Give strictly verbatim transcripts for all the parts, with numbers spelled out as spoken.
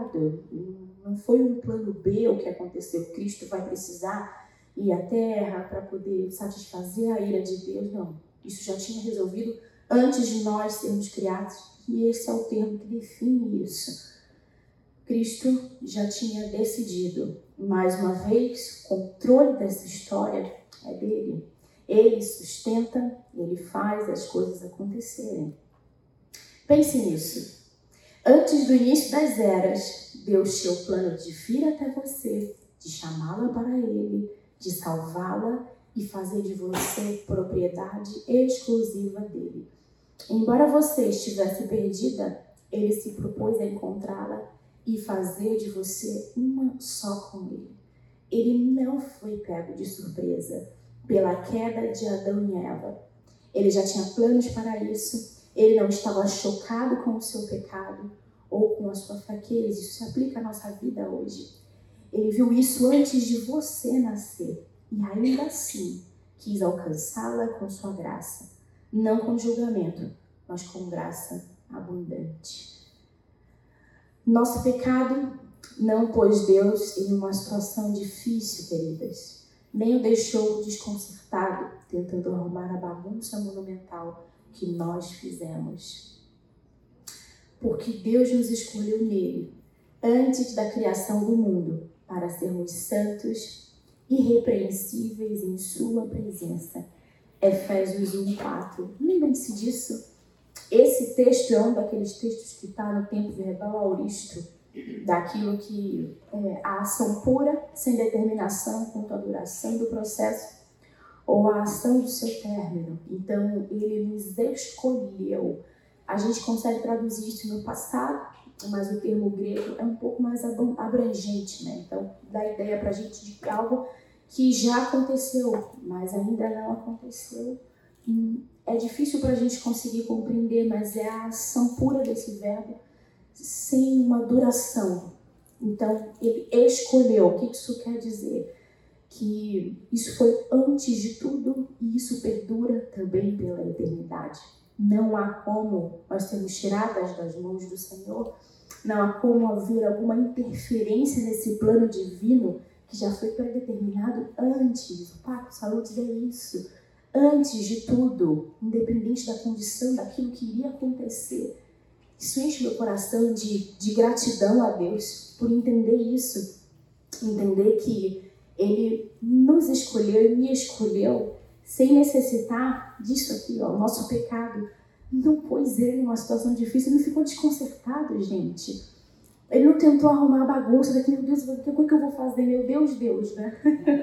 pecado, não foi um plano B o que aconteceu. Cristo vai precisar ir à terra para poder satisfazer a ira de Deus. Não, isso já tinha resolvido antes de nós sermos criados. E esse é o termo que define isso. Cristo já tinha decidido. Mais uma vez, o controle dessa história é dele. Ele sustenta, ele faz as coisas acontecerem. Pense nisso. Antes do início das eras, Deus tinha o plano de vir até você, de chamá-la para ele, de salvá-la e fazer de você propriedade exclusiva dele. Embora você estivesse perdida, ele se propôs a encontrá-la e fazer de você uma só com ele. Ele não foi pego de surpresa pela queda de Adão e Eva. Ele já tinha planos para isso. Ele não estava chocado com o seu pecado ou com a sua fraqueza. Isso se aplica à nossa vida hoje. Ele viu isso antes de você nascer e ainda assim quis alcançá-la com sua graça. Não com julgamento, mas com graça abundante. Nosso pecado não pôs Deus em uma situação difícil, queridas. Nem o deixou desconcertado, tentando arrumar a bagunça monumental que nós fizemos. Porque Deus nos escolheu nele, antes da criação do mundo, para sermos santos, irrepreensíveis em sua presença. Efésios um, quatro. Lembrem-se disso. Esse texto é um daqueles textos que está no tempo verbal auristo, daquilo que é a ação pura, sem determinação quanto à duração do processo, ou a ação do seu término. Então, ele nos escolheu. A gente consegue traduzir isso no passado, mas o termo grego é um pouco mais abrangente, né? Então, dá a ideia para a gente de algo que já aconteceu, mas ainda não aconteceu. É difícil para a gente conseguir compreender, mas é a ação pura desse verbo, sem uma duração. Então, ele escolheu. O que isso quer dizer? Que isso foi antes de tudo e isso perdura também pela eternidade. Não há como nós sermos tiradas das mãos do Senhor, não há como haver alguma interferência nesse plano divino que já foi predeterminado antes. O Pacto Salutes é isso. Antes de tudo, independente da condição, daquilo que iria acontecer. Isso enche meu coração de, de gratidão a Deus por entender isso. Entender que Ele nos escolheu e me escolheu sem necessitar disso aqui, ó, o nosso pecado. Não pôs Ele numa situação difícil, Ele não ficou desconcertado, gente. Ele não tentou arrumar a bagunça daqui, meu Deus, o que, que eu vou fazer? Meu Deus, Deus, né?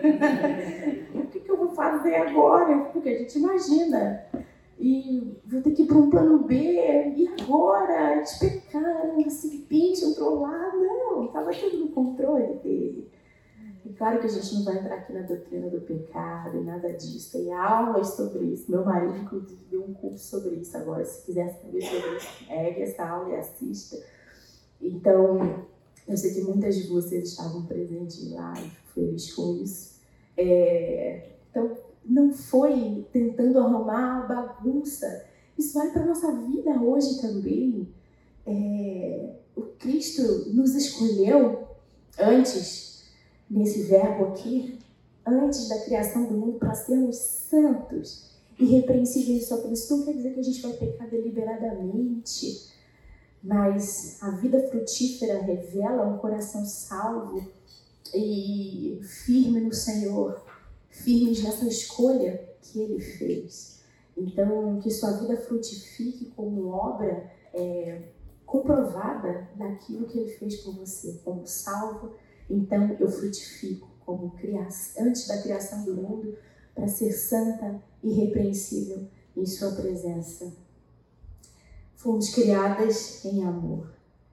O que, que eu vou fazer agora? Porque a gente imagina. E vou ter que ir para um plano B, e agora? Eles pecaram, a serpente entrou lá. Não, estava tudo no controle dele. E claro que a gente não vai entrar aqui na doutrina do pecado e nada disso. Tem aulas sobre isso. Meu marido, inclusive, deu um curso sobre isso agora. Se quiser saber sobre isso, pegue essa aula e assista. Então, eu sei que muitas de vocês estavam presentes lá e fico feliz com isso. É, então, não foi tentando arrumar a bagunça. Isso vale para a nossa vida hoje também. É, o Cristo nos escolheu antes, nesse verbo aqui, antes da criação do mundo, para sermos santos, irrepreensíveis em sua presença. Isso não quer dizer que a gente vai pecar deliberadamente, mas a vida frutífera revela um coração salvo e firme no Senhor, firmes nessa escolha que Ele fez. Então, que sua vida frutifique como obra é, comprovada daquilo que Ele fez por você, como salvo. Então, eu frutifico como criação, antes da criação do mundo, para ser santa e irrepreensível em sua presença. Fomos criadas em amor.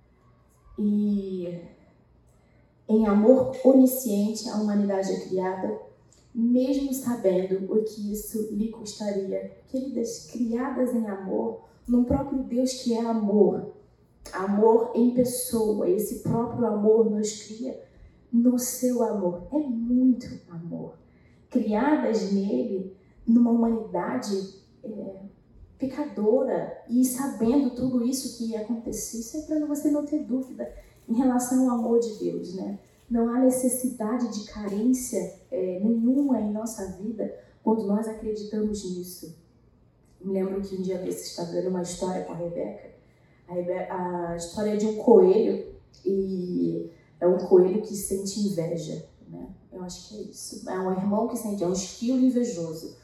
E em amor onisciente, a humanidade é criada, mesmo sabendo o que isso lhe custaria. Queridas, criadas em amor, num próprio Deus que é amor. Amor em pessoa. Esse próprio amor nos cria no seu amor. É muito amor. Criadas nele, numa humanidade é, pecadora, e sabendo tudo isso que ia acontecer, isso é para você não ter dúvida em relação ao amor de Deus, né? Não há necessidade de carência é, nenhuma em nossa vida quando nós acreditamos nisso. Me lembro que um dia desse estava dando uma história com a Rebeca. A, Rebeca, a história de um coelho, e é um coelho que sente inveja, né? Eu acho que é isso. É um irmão que sente, é um esquilo invejoso.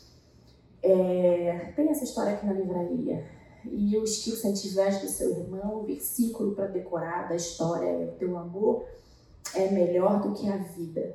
É, tem essa história aqui na livraria. E o esquilo sente inveja do seu irmão, o versículo para decorar da história é: o teu amor é melhor do que a vida.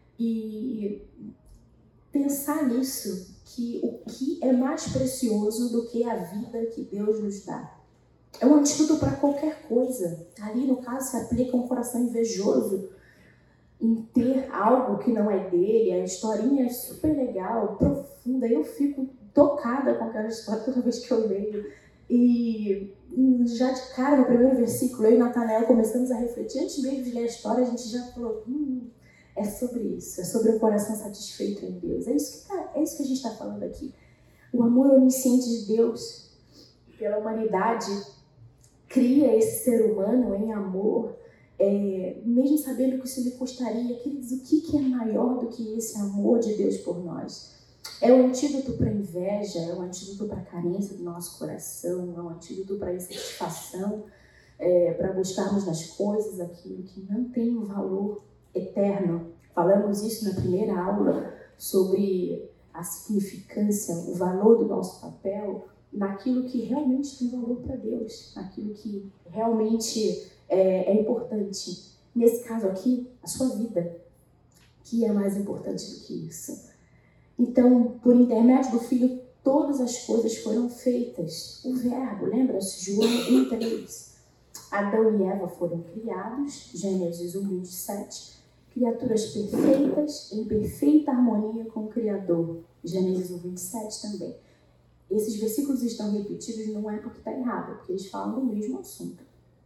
E pensar nisso, que o que é mais precioso do que a vida que Deus nos dá. É um antídoto para qualquer coisa. Ali, no caso, se aplica um coração invejoso em ter algo que não é dele. A historinha é super legal, profunda. Eu fico tocada com aquela história toda vez que eu leio. E já de cara, no primeiro versículo, eu e Natanael começamos a refletir. Antes mesmo de ler a história, a gente já falou, hum, é sobre isso. É sobre um coração satisfeito em Deus. É isso que, tá, é isso que a gente está falando aqui. O amor onisciente de Deus pela humanidade cria esse ser humano em amor, é, mesmo sabendo que isso lhe custaria. Queridos, o que, que é maior do que esse amor de Deus por nós? É o antídoto para a inveja, é o antídoto para a carência do nosso coração, é o antídoto para a insatisfação, é, para buscarmos nas coisas aquilo que não tem um valor eterno. Falamos isso na primeira aula sobre a significância, o valor do nosso papel naquilo que realmente tem valor para Deus, naquilo que realmente é, é importante. Nesse caso aqui, a sua vida, que é mais importante do que isso. Então, por intermédio do Filho, todas as coisas foram feitas. O verbo, lembra-se, João um, três. Adão e Eva foram criados, Gênesis um, vinte e sete. Criaturas perfeitas, em perfeita harmonia com o Criador, Gênesis um, vinte e sete também. Esses versículos estão repetidos, não é porque está errado, é porque eles falam do mesmo assunto.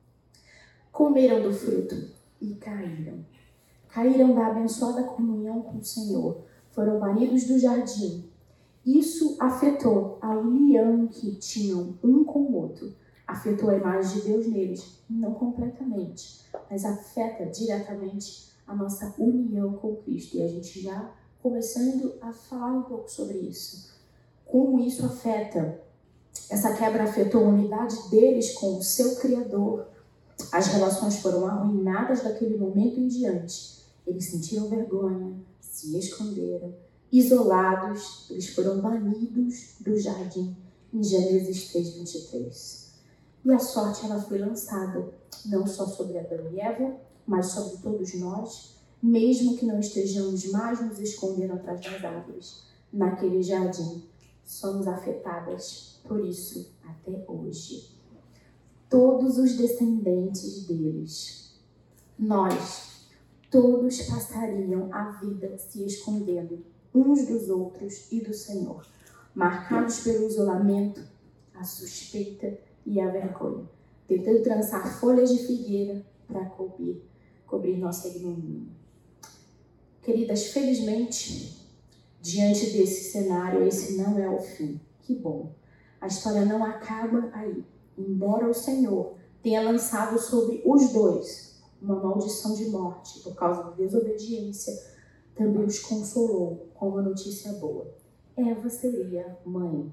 Comeram do fruto e caíram. Caíram da abençoada comunhão com o Senhor. Foram banidos do jardim. Isso afetou a união que tinham um com o outro. Afetou a imagem de Deus neles, não completamente, mas afeta diretamente a nossa união com Cristo. E a gente já começando a falar um pouco sobre isso. Como isso afeta? Essa quebra afetou a unidade deles com o seu Criador. As relações foram arruinadas daquele momento em diante. Eles sentiram vergonha, se esconderam, isolados, eles foram banidos do jardim, em Gênesis três, vinte e três. E a sorte ela foi lançada, não só sobre Adão e Eva, mas sobre todos nós, mesmo que não estejamos mais nos escondendo atrás das árvores, naquele jardim. Somos afetadas por isso até hoje. Todos os descendentes deles, nós, todos passariam a vida se escondendo uns dos outros e do Senhor, marcados pelo isolamento, a suspeita e a vergonha, tentando trançar folhas de figueira para cobrir, cobrir nossa ignomínia. Queridas, felizmente, diante desse cenário, esse não é o fim. Que bom. A história não acaba aí. Embora o Senhor tenha lançado sobre os dois uma maldição de morte por causa da desobediência, também os consolou com uma notícia boa. Eva seria mãe.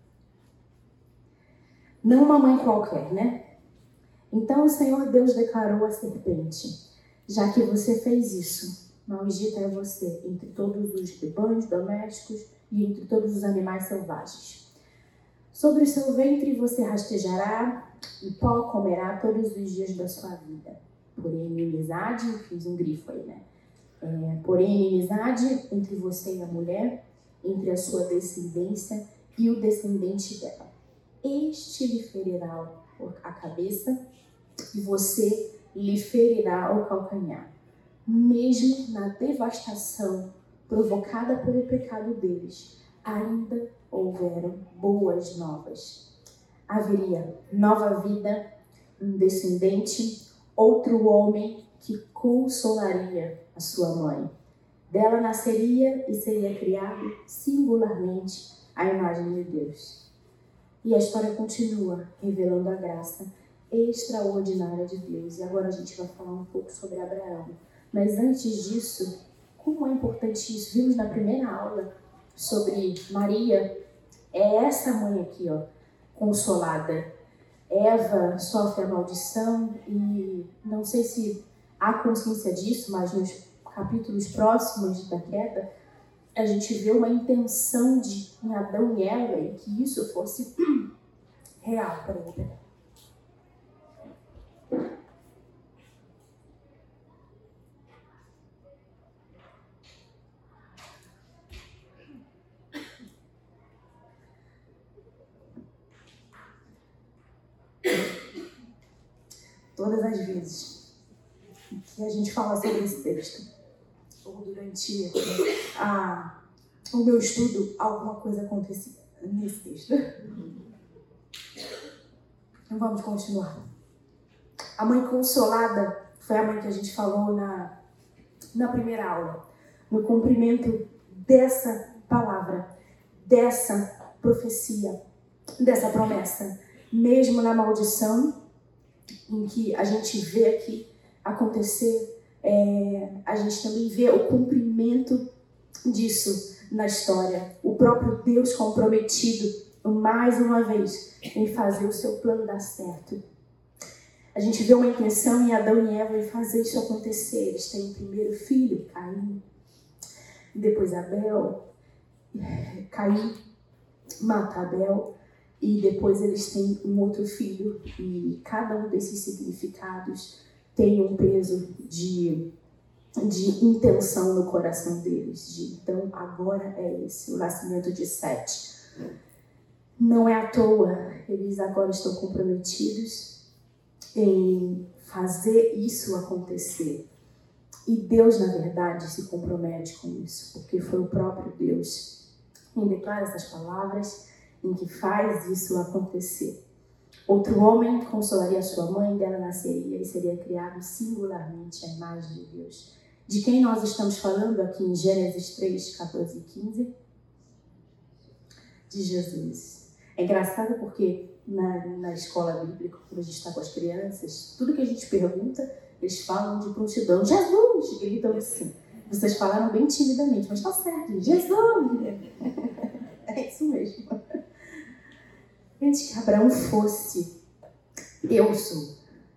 Não uma mãe qualquer, né? Então o Senhor Deus declarou à serpente: já que você fez isso, maldita é você entre todos os rebanhos domésticos e entre todos os animais selvagens. Sobre o seu ventre você rastejará e pó comerá todos os dias da sua vida. Porém, inimizade, fiz um grifo aí, né? É, porém, inimizade entre você e a mulher, entre a sua descendência e o descendente dela. Este lhe ferirá a cabeça e você lhe ferirá o calcanhar. Mesmo na devastação provocada pelo pecado deles, ainda houveram boas novas. Haveria nova vida, um descendente, outro homem que consolaria a sua mãe. Dela nasceria e seria criado singularmente à imagem de Deus. E a história continua revelando a graça extraordinária de Deus. E agora a gente vai falar um pouco sobre Abraão. Mas antes disso, como é importante isso? Vimos na primeira aula sobre Maria. É essa mãe aqui, ó, consolada. Eva sofre a maldição e não sei se há consciência disso, mas nos capítulos próximos da queda, a gente vê uma intenção de em Adão e Eva e que isso fosse real para ele. Todas as vezes que a gente fala sobre esse texto, ou durante a, o meu estudo, alguma coisa acontecia nesse texto. Então vamos continuar. A mãe consolada foi a mãe que a gente falou na, na primeira aula. No cumprimento dessa palavra, dessa profecia, dessa promessa. Mesmo na maldição, em que a gente vê aqui acontecer, é, a gente também vê o cumprimento disso na história. O próprio Deus comprometido, mais uma vez, em fazer o seu plano dar certo. A gente vê uma intenção em Adão e Eva em fazer isso acontecer. Eles têm o primeiro filho, Caim, depois Abel. Caim mata Abel. E depois eles têm um outro filho, e cada um desses significados tem um peso de, de intenção no coração deles. De, então, agora é esse, o nascimento de Sete. Não é à toa, eles agora estão comprometidos em fazer isso acontecer. E Deus, na verdade, se compromete com isso, porque foi o próprio Deus quem declara essas palavras, em que faz isso acontecer. Outro homem consolaria sua mãe, dela nasceria e seria criado singularmente à imagem de Deus. De quem nós estamos falando aqui em Gênesis três, catorze e quinze? De Jesus. É engraçado porque na, na escola bíblica, quando a gente está com as crianças, tudo que a gente pergunta, eles falam de prontidão. Jesus! Gritam assim. Vocês falaram bem timidamente, mas está certo. Jesus! É isso mesmo. Antes que Abraão fosse, eu sou.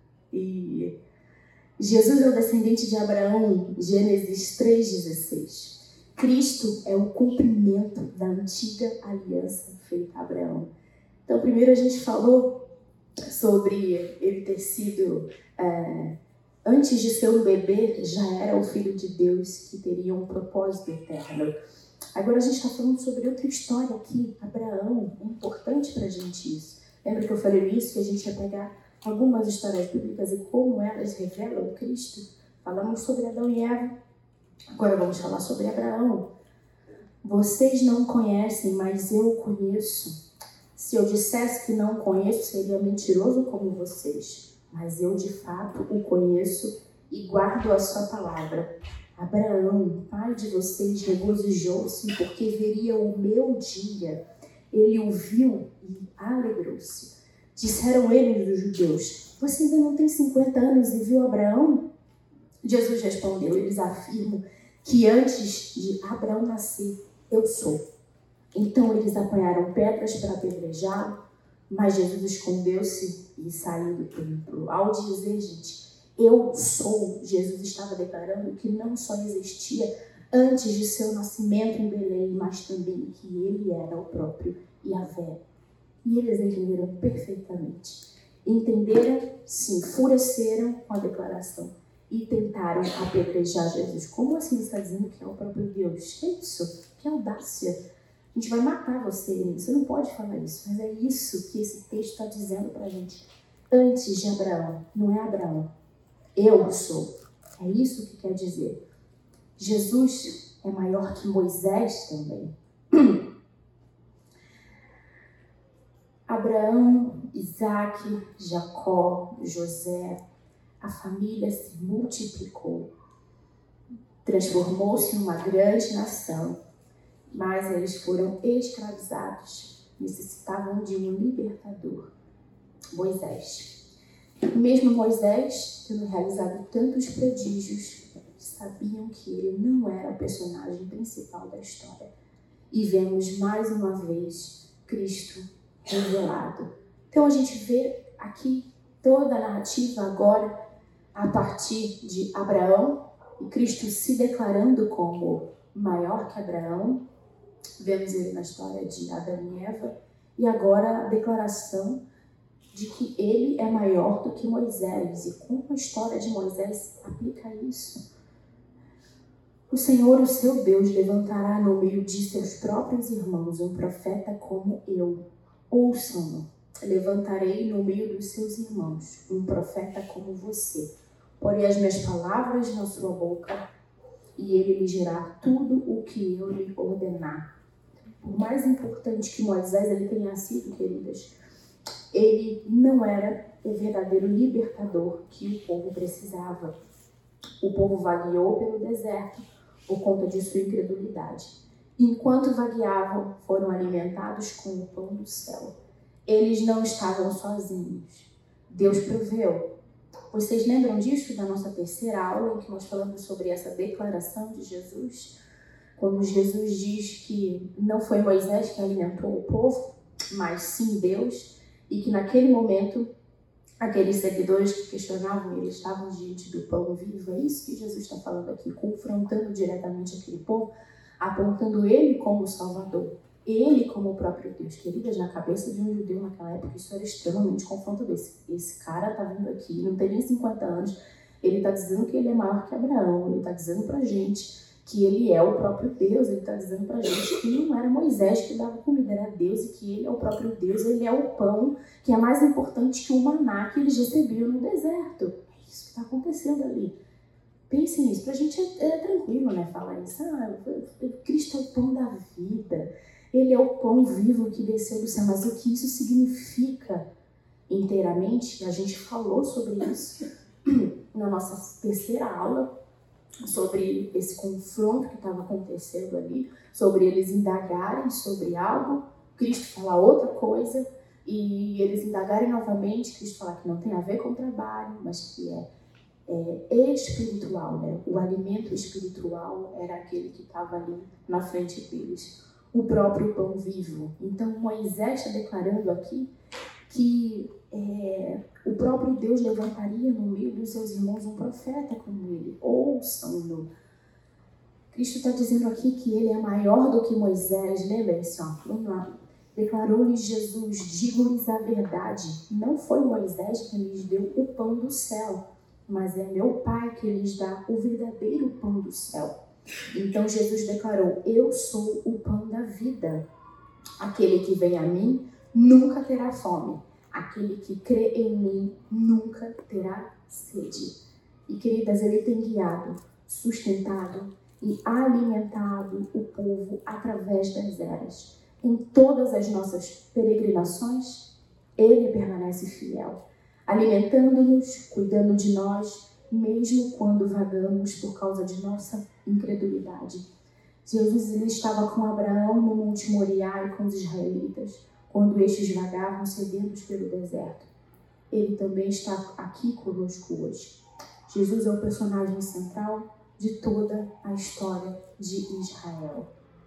E Jesus é o descendente de Abraão, Gênesis três, dezesseis. Cristo é o cumprimento da antiga aliança feita a Abraão. Então, primeiro a gente falou sobre ele ter sido, é, antes de ser um bebê, já era o Filho de Deus que teria um propósito eterno. Agora a gente está falando sobre outra história aqui, Abraão. É importante para a gente isso. Lembra que eu falei isso, que a gente ia pegar algumas histórias bíblicas e como elas revelam Cristo? Falamos sobre Adão e Eva. Agora vamos falar sobre Abraão. Vocês não conhecem, mas eu conheço. Se eu dissesse que não conheço, seria mentiroso como vocês. Mas eu, de fato, o conheço e guardo a sua palavra. Abraão, pai de vocês, regozijou-se porque veria o meu dia. Ele o viu e alegrou-se. Disseram eles, os judeus, você ainda não tem cinquenta anos e viu Abraão? Jesus respondeu, eles afirmam que antes de Abraão nascer, eu sou. Então eles apanharam pedras para apedrejá-lo, mas Jesus escondeu-se e saiu do templo. Ao dizer, gente, eu sou, Jesus estava declarando que não só existia antes de seu nascimento em Belém, mas também que ele era o próprio Yahvé. E eles entenderam perfeitamente. Entenderam, se enfureceram com a declaração e tentaram apedrejar Jesus. Como assim você está dizendo que é o próprio Deus? Que isso? Que audácia! A gente vai matar você, você não pode falar isso. Mas é isso que esse texto está dizendo para a gente. Antes de Abraão, não é Abraão. Eu sou. É isso que quer dizer. Jesus é maior que Moisés também. Abraão, Isaac, Jacó, José, a família se multiplicou. Transformou-se em uma grande nação, mas eles foram escravizados. Necessitavam de um libertador, Moisés. Mesmo Moisés, tendo realizado tantos prodígios, sabiam que ele não era o personagem principal da história. E vemos mais uma vez Cristo revelado. Então a gente vê aqui toda a narrativa agora a partir de Abraão e Cristo se declarando como maior que Abraão. Vemos ele na história de Adão e Eva. E agora a declaração de que ele é maior do que Moisés. E como a história de Moisés aplica isso? O Senhor, o seu Deus, levantará no meio de seus próprios irmãos um profeta como eu. Ouçam-no. Levantarei no meio dos seus irmãos um profeta como você. Porei as minhas palavras na sua boca e ele lhe dirá tudo o que eu lhe ordenar. Por mais importante que Moisés ele tenha sido, queridas, ele não era o verdadeiro libertador que o povo precisava. O povo vagueou pelo deserto por conta de sua incredulidade. Enquanto vagueavam, foram alimentados com o pão do céu. Eles não estavam sozinhos. Deus proveu. Vocês lembram disso da nossa terceira aula, em que nós falamos sobre essa declaração de Jesus? Quando Jesus diz que não foi Moisés que alimentou o povo, mas sim Deus, e que naquele momento aqueles seguidores que questionavam ele estavam diante do pão vivo. É isso que Jesus está falando aqui, confrontando diretamente aquele povo, apontando ele como Salvador, ele como o próprio Deus. Queridas, na cabeça de um judeu naquela época, isso era extremamente confrontador. Esse, esse cara está vindo aqui, não tem nem cinquenta anos, ele está dizendo que ele é maior que Abraão, ele está dizendo pra gente que ele é o próprio Deus, ele está dizendo pra gente que não era Moisés que dava comida, era Deus, e que ele é o próprio Deus, ele é o pão que é mais importante que o maná que eles recebiam no deserto. É isso que está acontecendo ali. Pensem nisso, pra gente é, é tranquilo, né, falar isso. Ah, Cristo é o pão da vida, ele é o pão vivo que desceu do céu, mas o que isso significa inteiramente, a gente falou sobre isso na nossa terceira aula, sobre esse confronto que estava acontecendo ali, sobre eles indagarem sobre algo, Cristo falar outra coisa, e eles indagarem novamente, Cristo falar que não tem a ver com o trabalho, mas que é, é espiritual, né? O alimento espiritual era aquele que estava ali na frente deles, o próprio pão vivo. Então Moisés está declarando aqui que é, o próprio Deus levantaria no meio dos seus irmãos um profeta como ele. Ouçam-no. Cristo está dizendo aqui que ele é maior do que Moisés. Lembrem-se, ó, vamos lá. Declarou-lhes Jesus, digo-lhes a verdade. Não foi Moisés que lhes deu o pão do céu, mas é meu Pai que lhes dá o verdadeiro pão do céu. Então Jesus declarou, eu sou o pão da vida. Aquele que vem a mim nunca terá fome. Aquele que crê em mim nunca terá sede. E, queridas, ele tem guiado, sustentado e alimentado o povo através das eras. Em todas as nossas peregrinações, ele permanece fiel, alimentando-nos, cuidando de nós, mesmo quando vagamos por causa de nossa incredulidade. Jesus ele estava com Abraão no Monte Moriá e com os israelitas, quando estes vagavam sedentos pelo deserto. Ele também está aqui conosco hoje. Jesus é o personagem central de toda a história de Israel.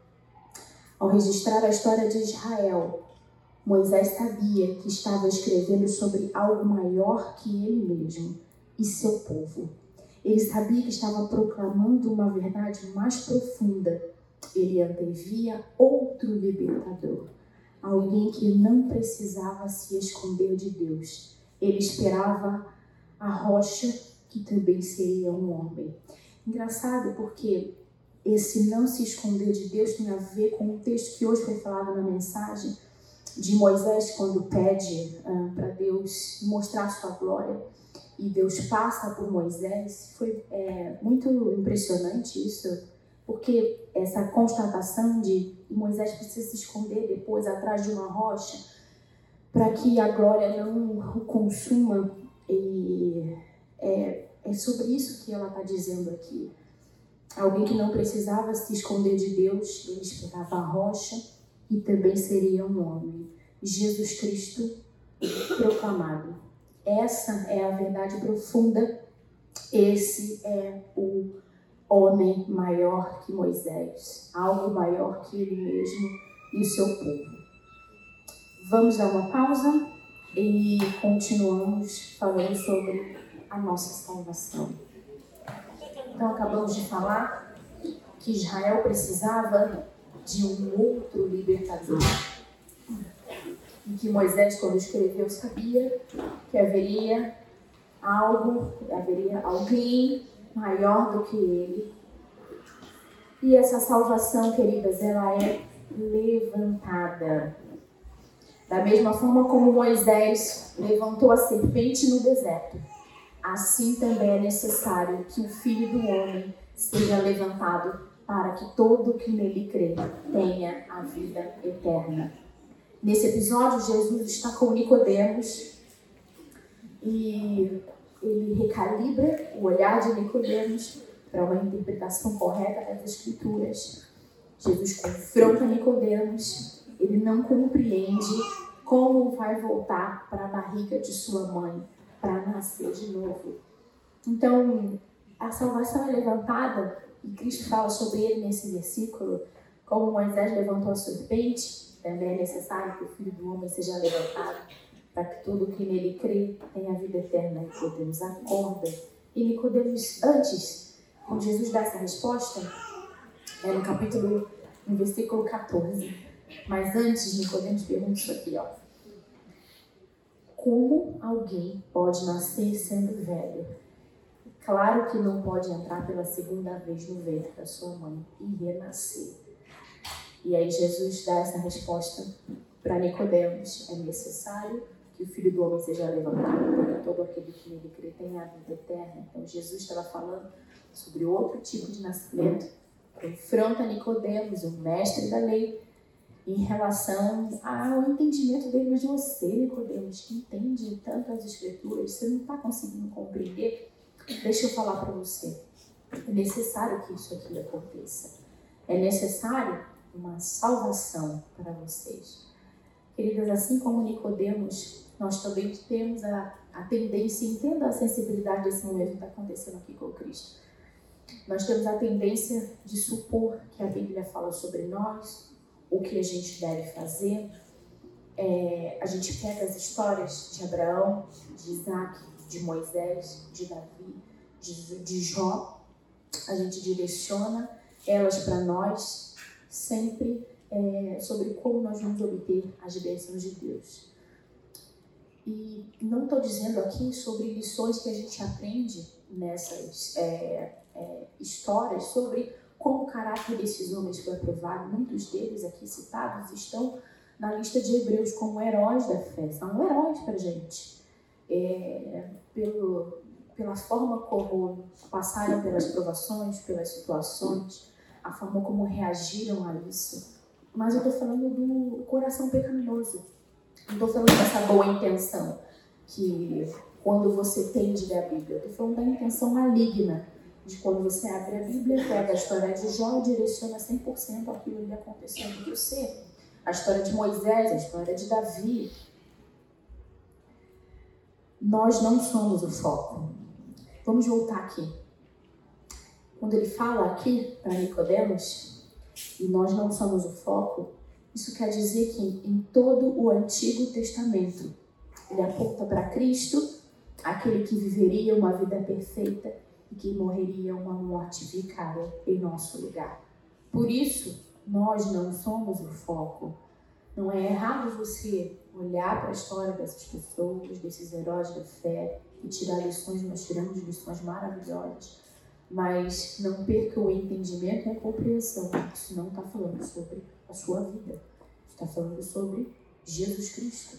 Ao registrar a história de Israel, Moisés sabia que estava escrevendo sobre algo maior que ele mesmo e seu povo. Ele sabia que estava proclamando uma verdade mais profunda. Ele antevia outro libertador. Alguém que não precisava se esconder de Deus. Ele esperava a rocha que também seria um homem. Engraçado porque esse não se esconder de Deus tem a ver com o texto que hoje foi falado na mensagem de Moisés, quando pede uh, para Deus mostrar sua glória e Deus passa por Moisés. Foi é, muito impressionante isso, porque essa constatação de Moisés precisa se esconder depois atrás de uma rocha para que a glória não o consuma, e é, é sobre isso que ela está dizendo aqui. Alguém que não precisava se esconder de Deus, ele esperava a rocha e também seria um homem. Jesus Cristo proclamado. Essa é a verdade profunda. Esse é o homem maior que Moisés, algo maior que ele mesmo e o seu povo. Vamos dar uma pausa e continuamos falando sobre a nossa salvação. Então, acabamos de falar que Israel precisava de um outro libertador. E que Moisés, quando escreveu, sabia que haveria algo, haveria alguém maior do que ele. E essa salvação, queridas, ela é levantada. Da mesma forma como Moisés levantou a serpente no deserto, assim também é necessário que o Filho do Homem seja levantado para que todo que nele crê tenha a vida eterna. Nesse episódio, Jesus está com Nicodemos e ele recalibra o olhar de Nicodemos para uma interpretação correta das Escrituras. Jesus confronta Nicodemos, ele não compreende como vai voltar para a barriga de sua mãe para nascer de novo. Então, a salvação é levantada, e Cristo fala sobre ele nesse versículo, como Moisés levantou a serpente, também é necessário que o Filho do Homem seja levantado, para que todo que nele crê tenha a vida eterna. Nicodemos acorda. E Nicodemos, antes, quando Jesus dá essa resposta, é no capítulo, no versículo catorze, mas antes, Nicodemos pergunta isso aqui, ó. Como alguém pode nascer sendo velho? Claro que não pode entrar pela segunda vez no ventre da sua mãe e renascer. E aí Jesus dá essa resposta para Nicodemos. É necessário que o Filho do Homem seja levantado para que todo aquele que nele crê tenha a vida eterna. Então Jesus estava falando sobre outro tipo de nascimento. Confronta Nicodemos, o mestre da lei, em relação ao entendimento dele. Mas você, Nicodemos, que entende tanto as Escrituras, você não está conseguindo compreender? Deixa eu falar para você. É necessário que isso aqui aconteça. É necessário uma salvação para vocês. Queridas, assim como Nicodemos, nós também temos a, a tendência, entenda a sensibilidade desse momento que está acontecendo aqui com Cristo. Nós temos a tendência de supor que a Bíblia fala sobre nós, o que a gente deve fazer. É, a gente pega as histórias de Abraão, de Isaac, de Moisés, de Davi, de, de Jó. A gente direciona elas para nós sempre é, sobre como nós vamos obter as bênçãos de Deus. E não estou dizendo aqui sobre lições que a gente aprende nessas é, é, histórias sobre como o caráter desses homens foi aprovado. Muitos deles aqui citados estão na lista de Hebreus como heróis da fé. São heróis para a gente. É, pelo, pela forma como passaram pelas provações, pelas situações, a forma como reagiram a isso. Mas eu estou falando do coração pecaminoso. Não estou falando dessa boa intenção que quando você tem de ler a Bíblia. Eu estou falando da intenção maligna de quando você abre a Bíblia, pega a história de Jó e direciona cem por cento aquilo que aconteceu com você. A história de Moisés, a história de Davi. Nós não somos o foco. Vamos voltar aqui. Quando ele fala aqui para Nicodemos, e nós não somos o foco, isso quer dizer que em todo o Antigo Testamento, ele aponta para Cristo, aquele que viveria uma vida perfeita e que morreria uma morte vicária em nosso lugar. Por isso, nós não somos o foco. Não é errado você olhar para a história dessas pessoas, desses heróis da fé e tirar lições. Nós tiramos lições maravilhosas, mas não perca o entendimento e a compreensão. Isso não está falando sobre a sua vida. Está falando sobre Jesus Cristo.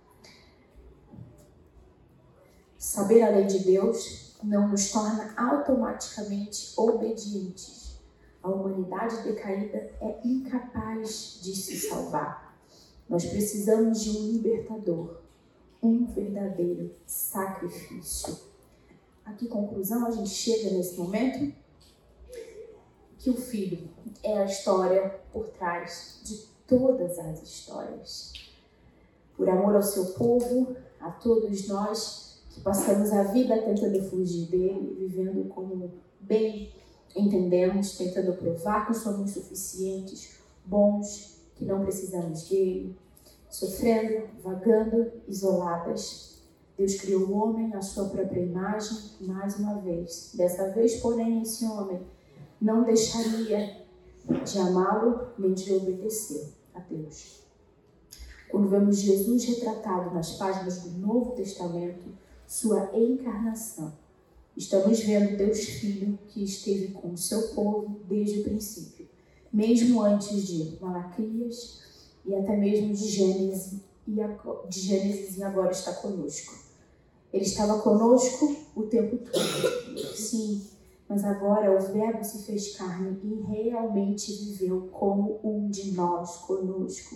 Saber a lei de Deus não nos torna automaticamente obedientes. A humanidade decaída é incapaz de se salvar. Nós precisamos de um libertador, um verdadeiro sacrifício. A que conclusão a gente chega nesse momento? Que o Filho é a história por trás de todas as histórias. Por amor ao seu povo, a todos nós, passamos a vida tentando fugir dele, vivendo como bem entendemos, tentando provar que somos suficientes, bons, que não precisamos dele, sofrendo, vagando, isoladas. Deus criou o homem à sua própria imagem, mais uma vez. Dessa vez, porém, esse homem não deixaria de amá-lo nem de obedecer a Deus. Quando vemos Jesus retratado nas páginas do Novo Testamento, sua encarnação, estamos vendo Deus Filho que esteve com o seu povo desde o princípio, mesmo antes de Malaquias e até mesmo de Gênesis, e agora, de Gênesis e agora está conosco. Ele estava conosco o tempo todo, sim, mas agora o Verbo se fez carne e realmente viveu como um de nós conosco.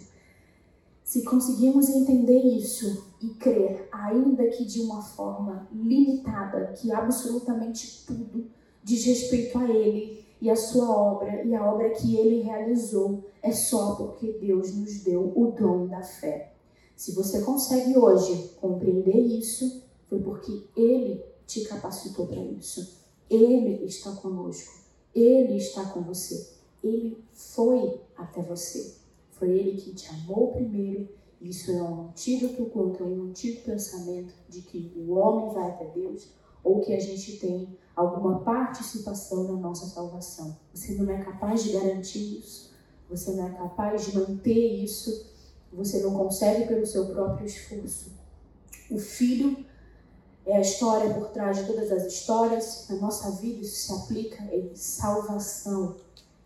Se conseguimos entender isso e crer, ainda que de uma forma limitada, que absolutamente tudo diz respeito a Ele e a sua obra e a obra que Ele realizou, é só porque Deus nos deu o dom da fé. Se você consegue hoje compreender isso, foi porque Ele te capacitou para isso. Ele está conosco. Ele está com você. Ele foi até você. Foi Ele que te amou primeiro. Isso é um antídoto contra um antigo pensamento de que o homem vai até Deus ou que a gente tem alguma participação na nossa salvação. Você não é capaz de garantir isso. Você não é capaz de manter isso. Você não consegue pelo seu próprio esforço. O Filho é a história por trás de todas as histórias. Na nossa vida isso se aplica em salvação,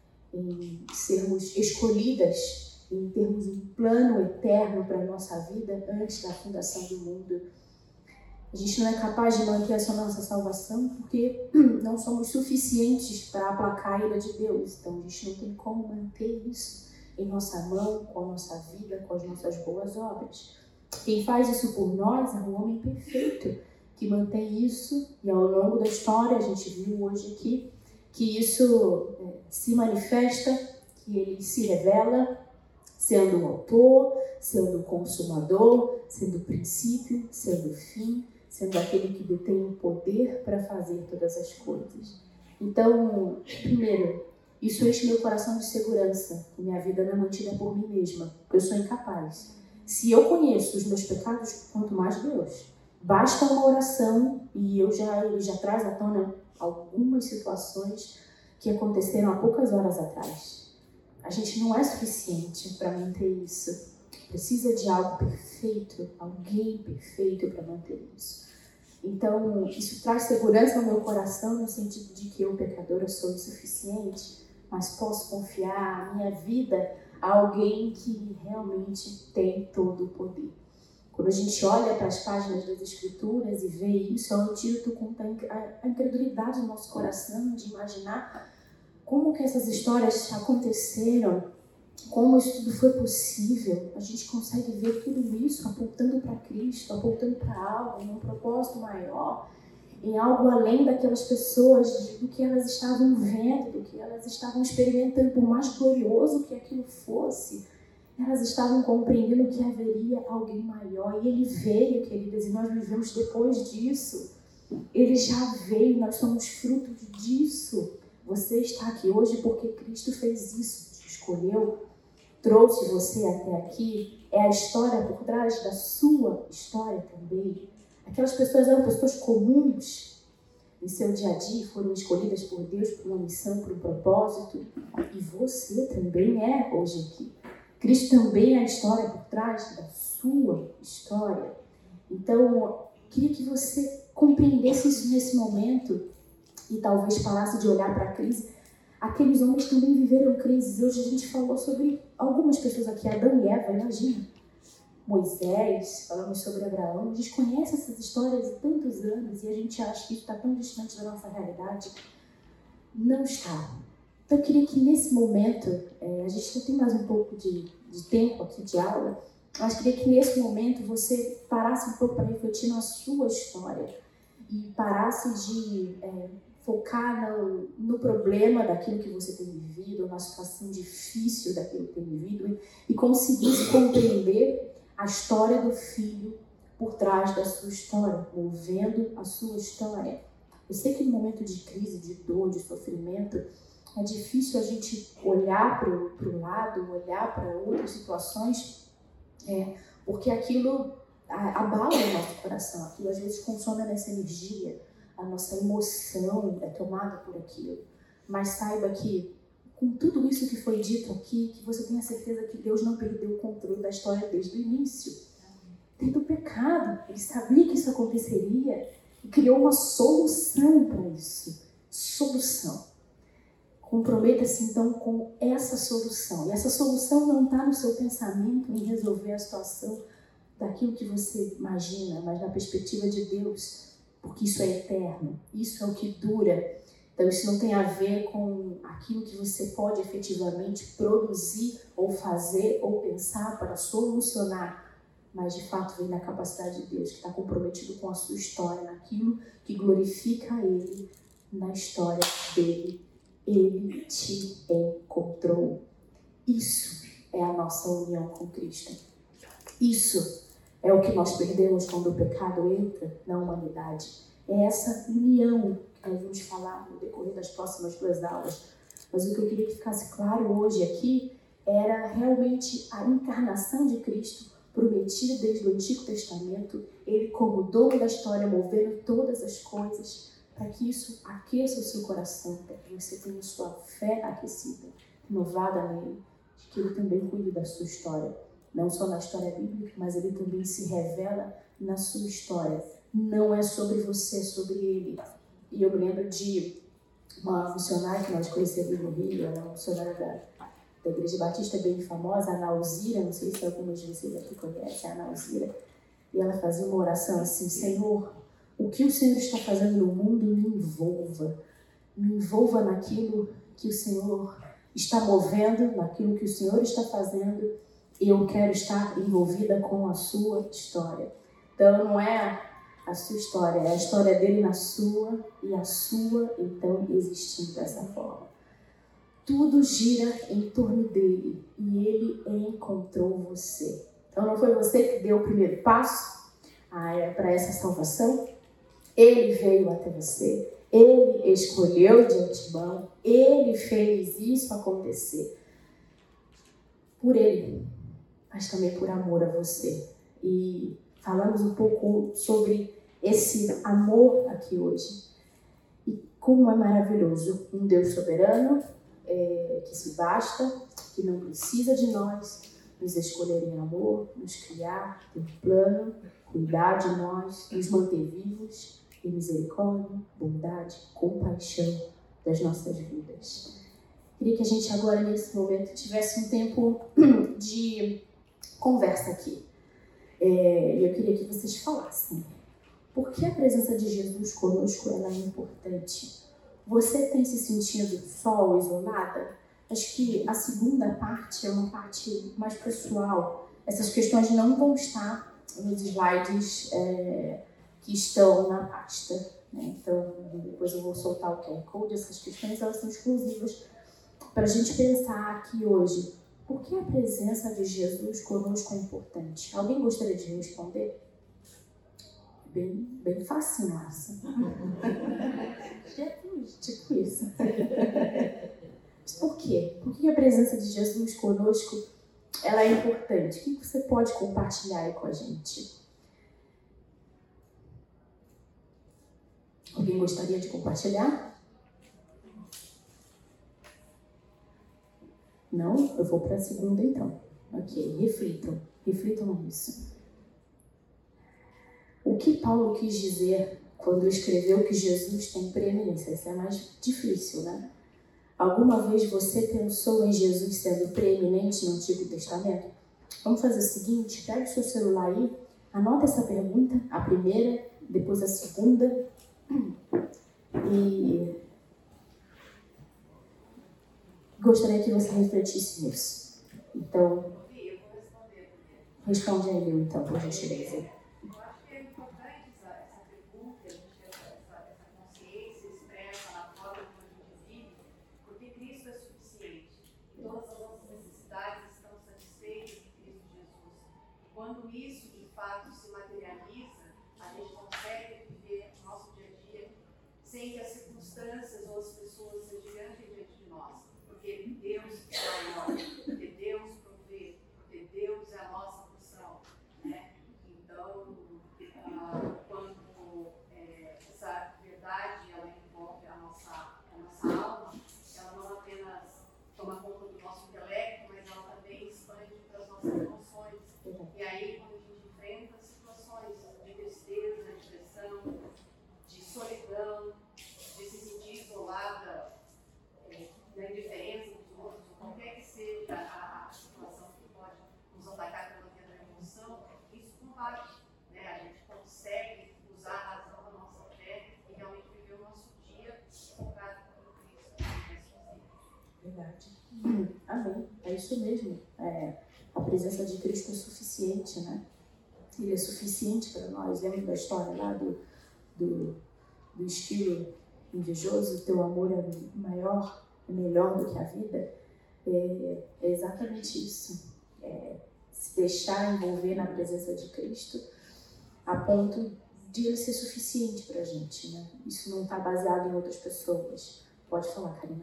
em sermos escolhidas, em termos um plano eterno para a nossa vida antes da fundação do mundo. A gente não é capaz de manter essa nossa salvação porque não somos suficientes para aplacar a ira de Deus. Então a gente não tem como manter isso em nossa mão, com a nossa vida, com as nossas boas obras. Quem faz isso por nós é o homem perfeito, que mantém isso, e ao longo da história a gente viu hoje aqui que isso é, se manifesta, que ele se revela, sendo o autor, sendo o consumador, sendo o princípio, sendo o fim, sendo aquele que detém o poder para fazer todas as coisas. Então, primeiro, isso enche meu coração de segurança, que minha vida não é mantida por mim mesma, porque eu sou incapaz. Se eu conheço os meus pecados, quanto mais Deus. Basta uma oração e eu já, ele já traz à tona algumas situações que aconteceram há poucas horas atrás. A gente não é suficiente para manter isso. Precisa de algo perfeito, alguém perfeito para manter isso. Então, isso traz segurança no meu coração no sentido de que eu, pecadora, sou insuficiente, mas posso confiar a minha vida a alguém que realmente tem todo o poder. Quando a gente olha para as páginas das Escrituras e vê isso, é um antídoto contra a incredulidade do nosso coração de imaginar como que essas histórias aconteceram, como isso tudo foi possível. A gente consegue ver tudo isso apontando para Cristo, apontando para algo, em um propósito maior, em algo além daquelas pessoas, do que elas estavam vendo, do que elas estavam experimentando, por mais glorioso que aquilo fosse. Elas estavam compreendendo que haveria alguém maior. E Ele veio, queridas, e nós vivemos depois disso. Ele já veio, nós somos fruto disso. Você está aqui hoje porque Cristo fez isso, te escolheu, trouxe você até aqui. É a história por trás da sua história também. Aquelas pessoas eram pessoas comuns em seu dia a dia, foram escolhidas por Deus por uma missão, por um propósito. E você também é hoje aqui. Cristo também é a história por trás da sua história. Então, queria que você compreendesse isso nesse momento e talvez parasse de olhar para a crise. Aqueles homens também viveram crises. Hoje a gente falou sobre algumas pessoas aqui, Adão e Eva, imagina. Moisés, falamos sobre Abraão. A gente conhece essas histórias há tantos anos e a gente acha que isso está tão distante da nossa realidade. Não está. Então, eu queria que nesse momento, é, a gente não tem mais um pouco de, de tempo aqui de aula, mas queria que nesse momento você parasse um pouco para refletir na sua história e parasse de é, focar no, no problema daquilo que você tem vivido, na situação difícil daquilo que tem vivido e, e conseguisse compreender a história do Filho por trás da sua história, movendo a sua história. Eu sei que no momento de crise, de dor, de sofrimento, é difícil a gente olhar para o lado, olhar para outras situações, é, porque aquilo abala o nosso coração, aquilo às vezes consome a nossa energia, a nossa emoção é tomada por aquilo. Mas saiba que, com tudo isso que foi dito aqui, que você tenha certeza que Deus não perdeu o controle da história desde o início. Desde o pecado, Ele sabia que isso aconteceria e criou uma solução para isso. Solução. Comprometa-se então com essa solução. E essa solução não está no seu pensamento em resolver a situação daquilo que você imagina, mas na perspectiva de Deus, porque isso é eterno, isso é o que dura. Então isso não tem a ver com aquilo que você pode efetivamente produzir ou fazer ou pensar para solucionar, mas de fato vem da capacidade de Deus, que está comprometido com a sua história, naquilo que glorifica a Ele, na história dele. Ele te encontrou. Isso é a nossa união com Cristo. Isso é o que nós perdemos quando o pecado entra na humanidade. É essa união que nós vamos falar no decorrer das próximas duas aulas. Mas o que eu queria que ficasse claro hoje aqui era realmente a encarnação de Cristo, prometido desde o Antigo Testamento, Ele como dono da história, movendo todas as coisas, para que isso aqueça o seu coração, para que você tenha sua fé aquecida, renovada nele, de que Ele também cuide da sua história. Não só na história bíblica, mas Ele também se revela na sua história. Não é sobre você, é sobre Ele. E eu me lembro de uma missionária que nós conhecemos no Rio, ela é uma missionária da, da Igreja Batista bem famosa, a Ana Alzira, não sei se algumas de vocês aqui conhecem a Ana Alzira, e ela fazia uma oração assim: Senhor, o que o Senhor está fazendo no mundo me envolva, me envolva naquilo que o Senhor está movendo, naquilo que o Senhor está fazendo, e eu quero estar envolvida com a sua história. Então não é a sua história, é a história dele na sua, e a sua então existindo dessa forma. Tudo gira em torno dele, e ele encontrou você. Então não foi você que deu o primeiro passo para essa salvação? Ele veio até você, Ele escolheu de antemão, Ele fez isso acontecer por Ele, mas também por amor a você. E falamos um pouco sobre esse amor aqui hoje. E como é maravilhoso um Deus soberano, é, que se basta, que não precisa de nós, nos escolher em amor, nos criar, ter um plano, cuidar de nós, nos manter vivos, e misericórdia, bondade, compaixão das nossas vidas. Queria que a gente agora, nesse momento, tivesse um tempo de conversa aqui. É, eu queria que vocês falassem. Por que a presença de Jesus conosco ela é importante? Você tem se sentido só ou isolada? Acho que a segunda parte é uma parte mais pessoal. Essas questões não vão estar nos slides é, que estão na pasta, né? Então, depois eu vou soltar o Q R Code. Essas questões elas são exclusivas para a gente pensar aqui hoje. Por que a presença de Jesus conosco é importante? Alguém gostaria de responder? Bem, bem fácil, nossa. Tipo isso. Mas por quê? Por que a presença de Jesus conosco ela é importante? O que você pode compartilhar aí com a gente? Alguém gostaria de compartilhar? Não? Eu vou para a segunda então. Ok, reflitam. Reflitam nisso. O que Paulo quis dizer quando escreveu que Jesus tem preeminência? Isso é mais difícil, né? Alguma vez você pensou em Jesus sendo preeminente no Antigo Testamento? Vamos fazer o seguinte, pega o seu celular aí, anota essa pergunta, a primeira, depois a segunda, e gostaria que você refletisse nisso. Então, responde aí, Leo, então, por gentileza. Quando isso, de fato, se materializa, sem que as circunstâncias ou as pessoas sejam diante de nós. Porque Deus é maior, porque Deus provê, porque Deus é a nossa porção, né? Então, ah, quando é, essa verdade ela envolve a nossa, a nossa alma, ela não apenas toma conta do nosso intelecto, mas ela também expande para as nossas emoções. E aí, quando a gente enfrenta situações de tristeza, de depressão, de solidão, de se sentir isolada, é, da indiferença dos outros, ou qualquer que seja a, a situação que pode nos atacar pela via da emoção, isso combate, né? A gente consegue usar a razão da nossa fé e realmente viver o nosso dia focado em Cristo. Verdade. Amém. É isso mesmo. É, a presença de Cristo é suficiente, né? Ele é suficiente para nós. Lembra da história lá do, do, do esquilo invejoso? Teu amor é maior, é melhor do que a vida. É, é exatamente isso. É, se deixar envolver na presença de Cristo a ponto de ele ser suficiente para a gente, né? Isso não está baseado em outras pessoas. Pode falar, Karina.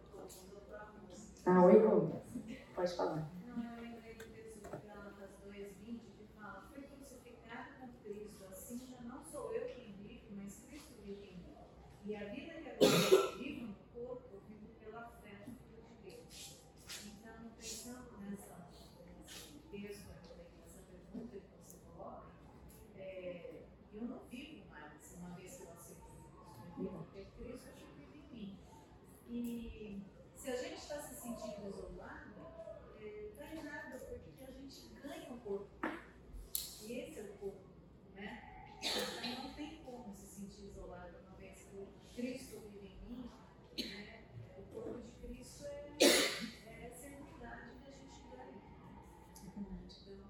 Ah, oi, Rô. Pode falar. Não, eu lembrei do texto de Gálatas dois, vinte, que fala: fui crucificado com Cristo, assim já não sou eu quem vive, mas Cristo vive em mim. E a vida que agora eu vivo no corpo, eu vivo pela fé no Filho de Deus. Então, pensando nessa, nesse texto, nessa pergunta que você coloca, é, eu não vivo mais uma vez que eu aceito Cristo, eu vivo porque Cristo vive em mim. E se a gente está se sentindo isolado, está é, errado, porque a gente ganha o corpo. E esse é o corpo, né? Então não tem como se sentir isolado uma vez que Cristo vive em mim, né? O corpo de Cristo é, é essa unidade que a gente ganha.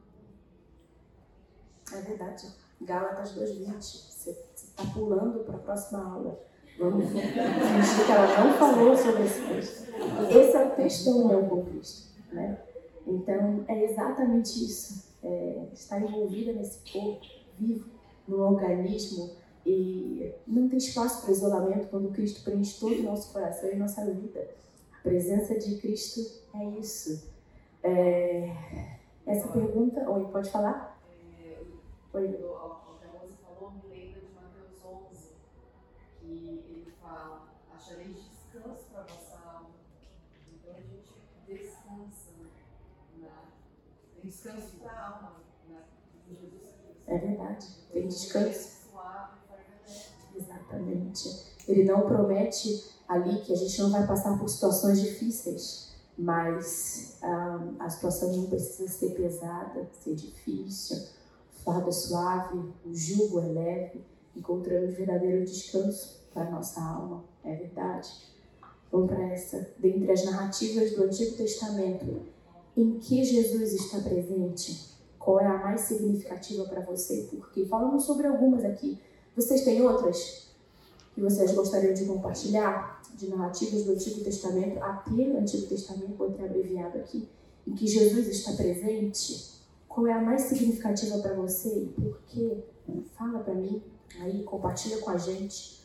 É verdade. Gálatas dois, vinte. Você está pulando para a próxima aula. Vamos fingir que ela não falou sobre esse texto. Esse é o textão, né, com Cristo, né? Então, é exatamente isso. É, estar envolvida nesse corpo vivo, no organismo, e não tem espaço para isolamento quando Cristo preenche todo o nosso coração e nossa vida. A presença de Cristo é isso. É, essa pergunta... Oi, pode falar? É, Oi. O que a Rosa falou me lembra de Mateus onze, que ele fala: achareis descanso para a vossa alma. Então a gente descansa, na, tem descanso para a alma, na, em Jesus Cristo. É verdade, tem descanso. Suave, faz Exatamente. Ele não promete ali que a gente não vai passar por situações difíceis, mas ah, a situação não precisa ser pesada, ser difícil. O fardo é suave, o jugo é leve, encontramos verdadeiro descanso para a nossa alma, é verdade. Vamos para essa. Dentre as narrativas do Antigo Testamento, em que Jesus está presente? Qual é a mais significativa para você? Porque falamos sobre algumas aqui. Vocês têm outras que vocês gostariam de compartilhar? De narrativas do Antigo Testamento, até o Antigo Testamento, vou ter abreviado aqui, em que Jesus está presente? Qual é a mais significativa para você e por quê? Fala para mim, aí compartilha com a gente.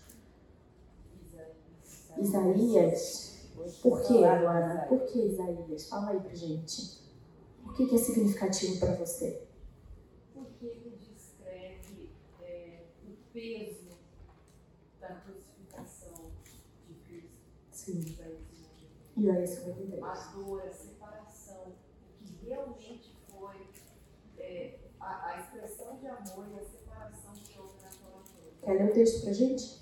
Isaías. Por que, Luana? Por que Isaías? Fala aí pra gente. Por que, que é significativo para você? Porque ele descreve é, o peso da crucificação de Cristo. Sim. Isaías cinquenta e três. A dor, a separação, o que realmente foi é, a, a expressão de amor e a separação que houve naquela dor. Quer ler o texto pra gente?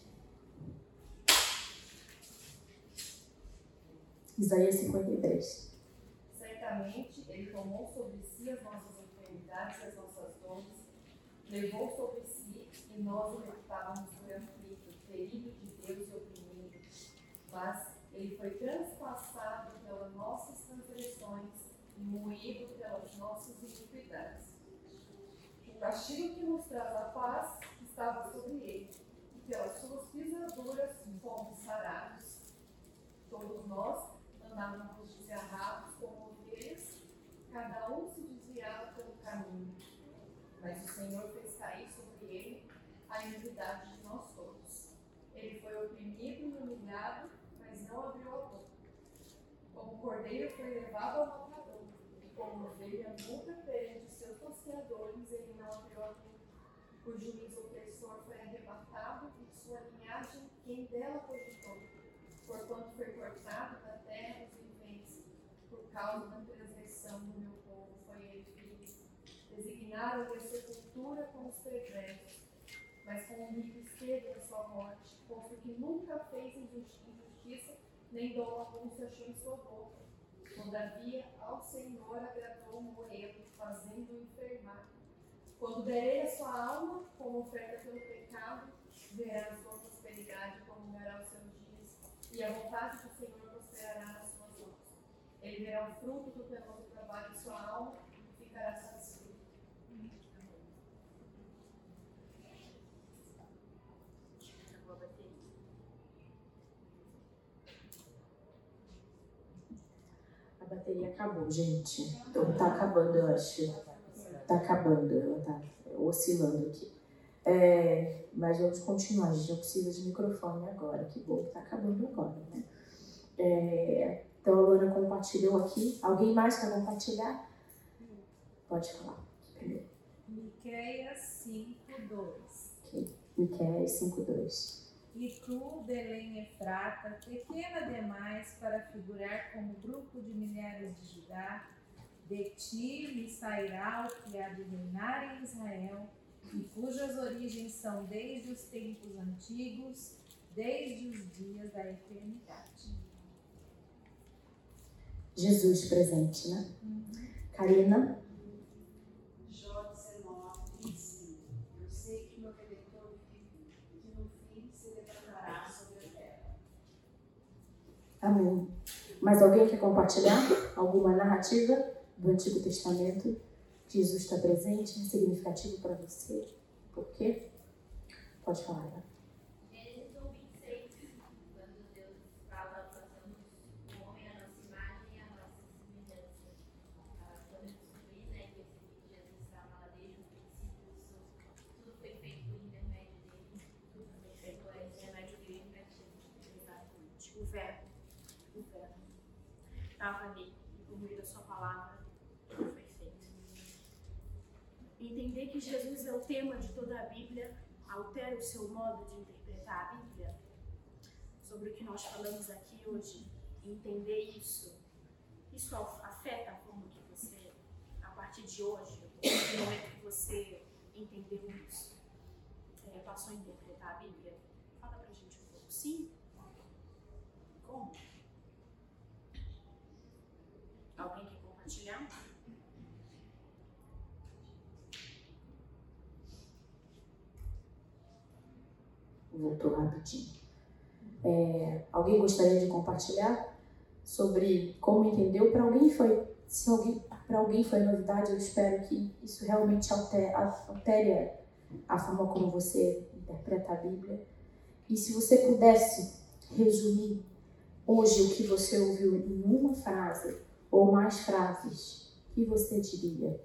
Isaías cinquenta e três. Certamente, ele tomou sobre si as nossas enfermidades e as nossas dores, levou sobre si e nós o reputávamos por aflito, ferido de Deus e oprimido. Mas ele foi transpassado pelas nossas transgressões e moído pelas nossas iniquidades. O castigo que nos traz a paz estava sobre ele, e pelas suas pisaduras fomos sarados. Todos nós andávamos desgarrados como ovelhas, cada um se desviava pelo caminho. Mas o Senhor fez cair sobre ele a iniquidade de nós todos. Ele foi oprimido e humilhado, mas não abriu a boca. Como cordeiro foi levado ao matador, e como ovelha muda perante seus tosqueadores, ele não abriu a boca. O juiz opressor foi arrebatado, e de sua linhagem quem dela cogitou, porquanto foi cortado da terra dos viventes, por causa da transgressão do meu povo foi ele ferido. Designaram-lhe a sepultura com os perversos, mas com o rico esteve a sua morte, posto que nunca fez injustiça, nem dom algum se achou em sua boca. Todavia, ao Senhor agradou morrê-lo, fazendo-o enfermar. Quando der ele a sua alma, como oferta pelo pecado, verá a sua prosperidade, prolongará os seus dias, e a vontade do Senhor prosperará nas suas mãos. Ele verá o fruto do penoso trabalho de sua alma e ficará satisfeito. A bateria acabou, gente. Então tá acabando, eu acho. Tá acabando, ela tá oscilando aqui. É, mas vamos continuar, a gente não precisa de microfone agora, que bom que tá acabando agora, né? É, então a Luana compartilhou aqui. Alguém mais quer compartilhar? Pode falar. Primeiro. Miqueias cinco, dois. Okay. Miqueias cinco, dois. E tu, Belém Efrata, pequena demais para figurar como grupo de milhares de Judá, de ti me sairá o que há de reinar em Israel, e cujas origens são desde os tempos antigos, desde os dias da eternidade. Jesus presente, né? Uhum. Karina? Jó dezenove, vinte e cinco. Eu sei que meu Redentor vive, que no fim se levantará sobre a terra. Amém. Mais alguém quer compartilhar alguma narrativa do Antigo Testamento? Jesus está presente, é significativo para você. Por quê? Pode falar, né? Gênesis um, vinte e seis, quando Deus fala, façamos o homem à nossa imagem e à nossa semelhança. Ah, quando eu descobri, né, que esse Jesus estava lá desde o princípio, isso, tudo foi feito por intermédio dele, tudo foi feito por intermédio dele para ti. Exatamente. O verbo, o verbo estava ali, e por meio da sua palavra, tudo foi feito. Entender que Jesus é o tema de toda a Bíblia altera o seu modo de interpretar a Bíblia. Sobre o que nós falamos aqui hoje, entender isso, isso afeta a forma que você, a partir de hoje, no momento que você entendeu isso, é, passou a interpretar a Bíblia. Fala pra gente um pouco. Sim? Como? Alguém quer compartilhar? Voltou rapidinho. É, alguém gostaria de compartilhar sobre como entendeu? Para alguém foi, se alguém, para alguém foi novidade, eu espero que isso realmente altere, altere a forma como você interpreta a Bíblia. E se você pudesse resumir hoje o que você ouviu em uma frase ou mais frases, o que você diria?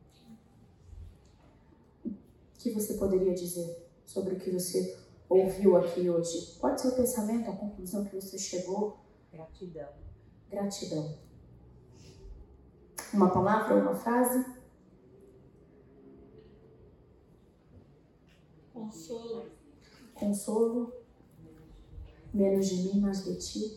O que você poderia dizer sobre o que você ouviu aqui hoje? Pode ser o pensamento, a conclusão que você chegou? Gratidão. Gratidão. Uma palavra, uma frase? Consolo. Consolo. Menos de mim, mais de ti.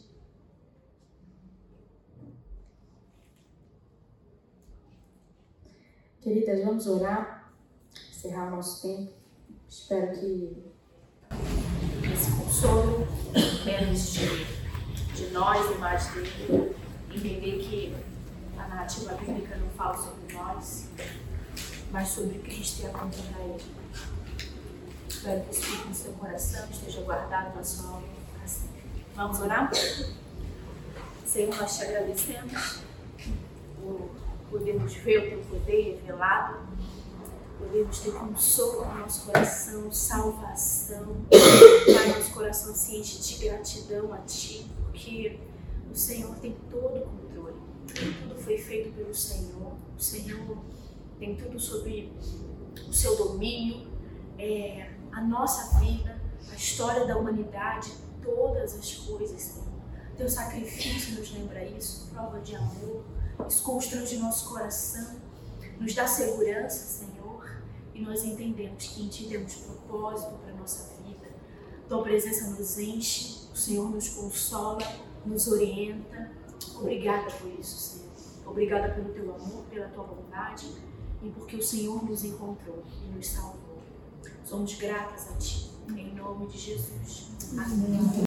Queridas, vamos orar, encerrar o nosso tempo. Espero que esse consolo, menos de, de nós e mais dele, entender que a narrativa bíblica não fala sobre nós, mas sobre Cristo e a conta para Ele. Espero que isso fique no seu coração, esteja guardado na sua alma. Assim. Vamos orar? Senhor, nós te agradecemos por podermos ver o teu poder revelado, podemos ter consolo no nosso coração, salvação, Pai, nosso coração se enche de gratidão a Ti, porque o Senhor tem todo o controle, tudo foi feito pelo Senhor, o Senhor tem tudo sobre o seu domínio, é, a nossa vida, a história da humanidade, todas as coisas, Senhor. Teu sacrifício nos lembra isso, prova de amor. Isso constrange nosso coração, nos dá segurança, Senhor. E nós entendemos que em Ti temos propósito para a nossa vida. Tua presença nos enche, o Senhor nos consola, nos orienta. Obrigada por isso, Senhor. Obrigada pelo Teu amor, pela Tua bondade e porque o Senhor nos encontrou e nos salvou. Somos gratas a Ti, em nome de Jesus. Amém.